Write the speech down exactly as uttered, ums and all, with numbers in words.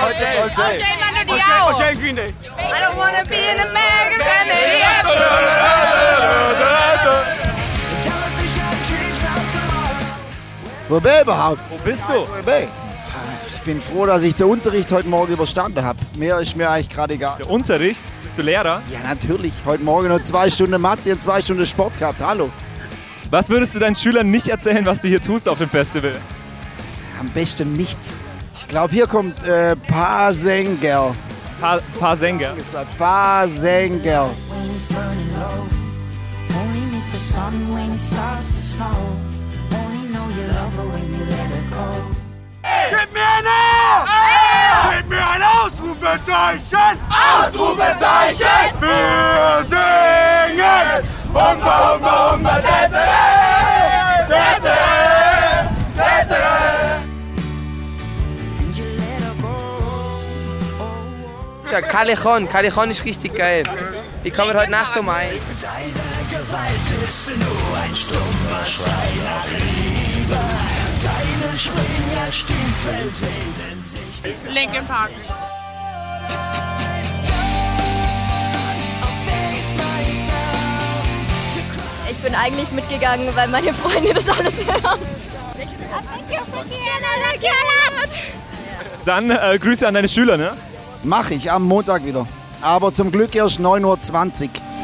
Heute ist O J. O J Manu O Diao. J und Green Day. I don't wanna be an American idiot. Wo bin ich überhaupt? Wo bist du? Wo bin ich? Ich bin froh, dass ich den Unterricht heute Morgen überstanden habe. Mehr ist mir eigentlich gerade egal. Der Unterricht? Bist du Lehrer? Ja, natürlich. Heute Morgen noch zwei Stunden Mathe und zwei Stunden Sport gehabt. Hallo. Was würdest du deinen Schülern nicht erzählen, was du hier tust auf dem Festival? Am besten nichts. Ich glaube, hier kommt äh, Pasenger. Pa paar Sänger. Jetzt mal Pasenger. Gib mir ein A! Gib mir ein Ausrufezeichen! Ausrufezeichen! Wir singen! Humba, humba, humba, tete, tete, tete. Ja, Callejon, Callejon ist richtig geil. Die kommen heute Nacht um eins. Deine Gewalt ist nur ein stummer Schrei nach Liebe. Deine Springerstiefel sehnen sich. Linkin Park. Ich bin eigentlich mitgegangen, weil meine Freunde das alles hören. Dann äh, Grüße an deine Schüler, ne? Mach ich am Montag wieder. Aber zum Glück erst neun Uhr zwanzig.